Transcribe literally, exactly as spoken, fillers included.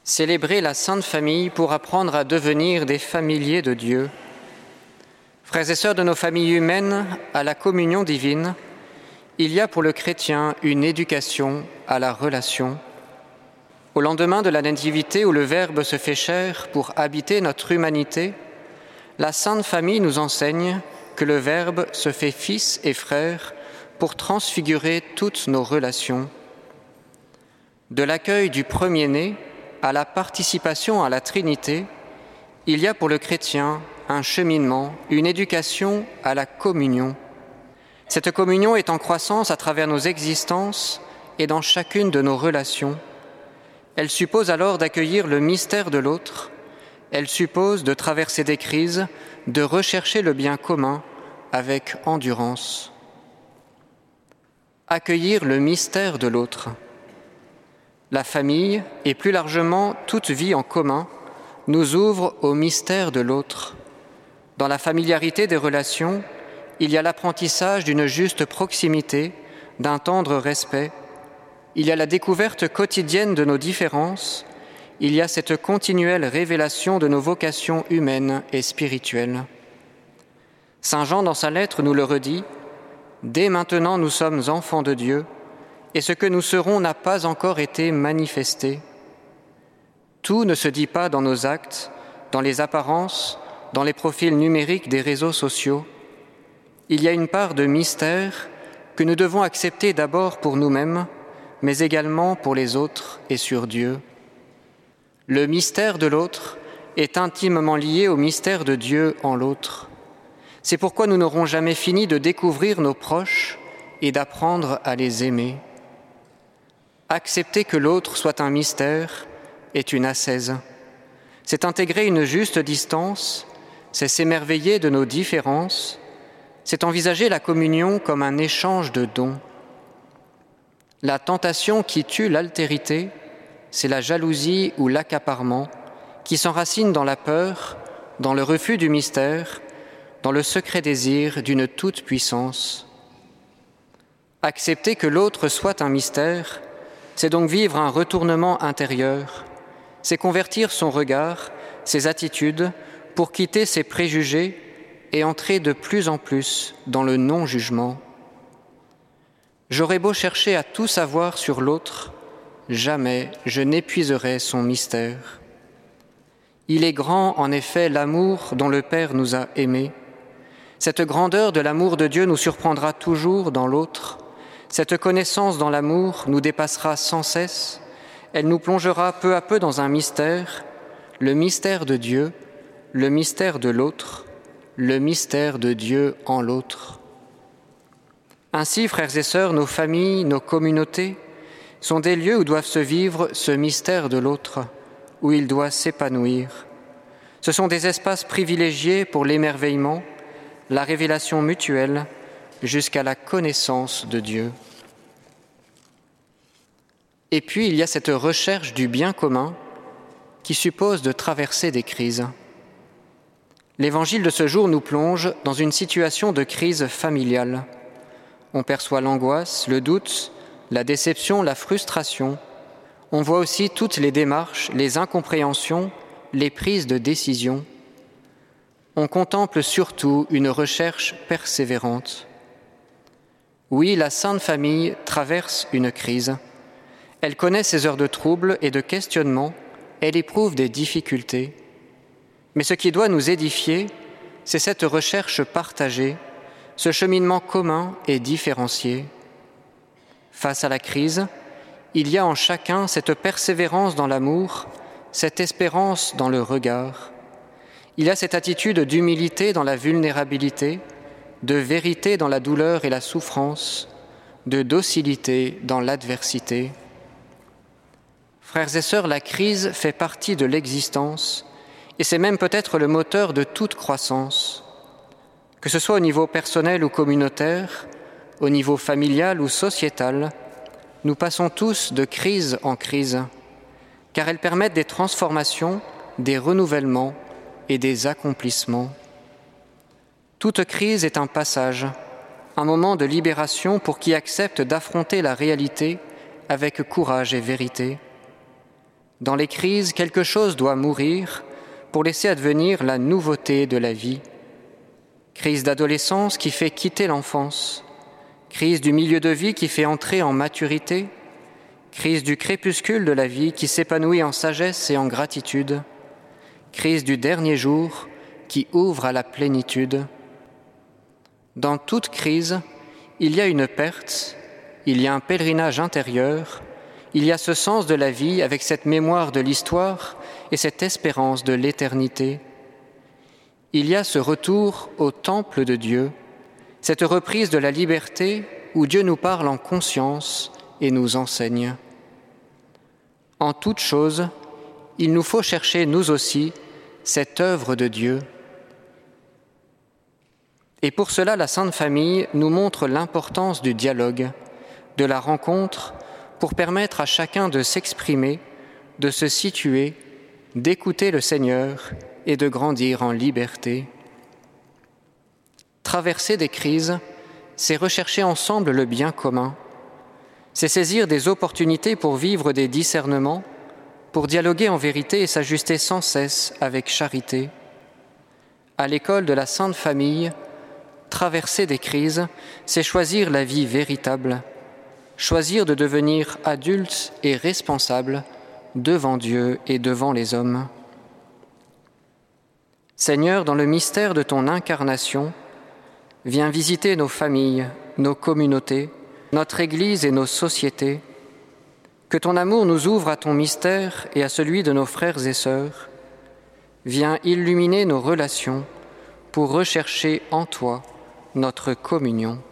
Célébrer la Sainte Famille pour apprendre à devenir des familiers de Dieu. Frères et sœurs de nos familles humaines, à la communion divine, il y a pour le chrétien une éducation à la relation. Au lendemain de la Nativité où le Verbe se fait chair pour habiter notre humanité, la Sainte Famille nous enseigne que le Verbe se fait fils et frère pour transfigurer toutes nos relations. De l'accueil du premier-né à la participation à la Trinité, il y a pour le chrétien un cheminement, une éducation à la communion. Cette communion est en croissance à travers nos existences et dans chacune de nos relations. Elle suppose alors d'accueillir le mystère de l'autre. Elle suppose de traverser des crises, de rechercher le bien commun avec endurance. Accueillir le mystère de l'autre. La famille, et plus largement toute vie en commun, nous ouvre au mystère de l'autre. Dans la familiarité des relations, il y a l'apprentissage d'une juste proximité, d'un tendre respect. Il y a la découverte quotidienne de nos différences. Il y a cette continuelle révélation de nos vocations humaines et spirituelles. Saint Jean, dans sa lettre, nous le redit : « Dès maintenant, nous sommes enfants de Dieu, et ce que nous serons n'a pas encore été manifesté. » Tout ne se dit pas dans nos actes, dans les apparences, dans les profils numériques des réseaux sociaux. Il y a une part de mystère que nous devons accepter d'abord pour nous-mêmes, mais également pour les autres et sur Dieu. Le mystère de l'autre est intimement lié au mystère de Dieu en l'autre. C'est pourquoi nous n'aurons jamais fini de découvrir nos proches et d'apprendre à les aimer. Accepter que l'autre soit un mystère est une ascèse. C'est intégrer une juste distance, c'est s'émerveiller de nos différences, c'est envisager la communion comme un échange de dons. La tentation qui tue l'altérité, c'est la jalousie ou l'accaparement qui s'enracine dans la peur, dans le refus du mystère, dans le secret désir d'une toute-puissance. Accepter que l'autre soit un mystère, c'est donc vivre un retournement intérieur, c'est convertir son regard, ses attitudes, pour quitter ses préjugés et entrer de plus en plus dans le non-jugement. J'aurais beau chercher à tout savoir sur l'autre, jamais je n'épuiserai son mystère. Il est grand, en effet, l'amour dont le Père nous a aimés. Cette grandeur de l'amour de Dieu nous surprendra toujours dans l'autre. Cette connaissance dans l'amour nous dépassera sans cesse. Elle nous plongera peu à peu dans un mystère, le mystère de Dieu, le mystère de l'autre, le mystère de Dieu en l'autre. Ainsi, frères et sœurs, nos familles, nos communautés sont des lieux où doivent se vivre ce mystère de l'autre, où il doit s'épanouir. Ce sont des espaces privilégiés pour l'émerveillement, la révélation mutuelle, jusqu'à la connaissance de Dieu. Et puis, il y a cette recherche du bien commun qui suppose de traverser des crises. L'Évangile de ce jour nous plonge dans une situation de crise familiale. On perçoit l'angoisse, le doute, la déception, la frustration. On voit aussi toutes les démarches, les incompréhensions, les prises de décision. On contemple surtout une recherche persévérante. Oui, la Sainte Famille traverse une crise. Elle connaît ses heures de trouble et de questionnement, elle éprouve des difficultés. Mais ce qui doit nous édifier, c'est cette recherche partagée, ce cheminement commun et différencié. Face à la crise, il y a en chacun cette persévérance dans l'amour, cette espérance dans le regard. Il y a cette attitude d'humilité dans la vulnérabilité, de vérité dans la douleur et la souffrance, de docilité dans l'adversité. Frères et sœurs, la crise fait partie de l'existence et c'est même peut-être le moteur de toute croissance. Que ce soit au niveau personnel ou communautaire, au niveau familial ou sociétal, nous passons tous de crise en crise, car elles permettent des transformations, des renouvellements et des accomplissements. Toute crise est un passage, un moment de libération pour qui accepte d'affronter la réalité avec courage et vérité. Dans les crises, quelque chose doit mourir pour laisser advenir la nouveauté de la vie. Crise d'adolescence qui fait quitter l'enfance, crise du milieu de vie qui fait entrer en maturité, crise du crépuscule de la vie qui s'épanouit en sagesse et en gratitude, crise du dernier jour qui ouvre à la plénitude. Dans toute crise, il y a une perte, il y a un pèlerinage intérieur, il y a ce sens de la vie avec cette mémoire de l'histoire et cette espérance de l'éternité. Il y a ce retour au temple de Dieu, cette reprise de la liberté où Dieu nous parle en conscience et nous enseigne. En toute chose, il nous faut chercher nous aussi cette œuvre de Dieu. Et pour cela, la Sainte Famille nous montre l'importance du dialogue, de la rencontre, pour permettre à chacun de s'exprimer, de se situer, d'écouter le Seigneur et de grandir en liberté. Traverser des crises, c'est rechercher ensemble le bien commun, c'est saisir des opportunités pour vivre des discernements, pour dialoguer en vérité et s'ajuster sans cesse avec charité. À l'école de la Sainte Famille, traverser des crises, c'est choisir la vie véritable, choisir de devenir adulte et responsable devant Dieu et devant les hommes. Seigneur, dans le mystère de ton incarnation, viens visiter nos familles, nos communautés, notre Église et nos sociétés. Que ton amour nous ouvre à ton mystère et à celui de nos frères et sœurs. Viens illuminer nos relations pour rechercher en toi notre communion.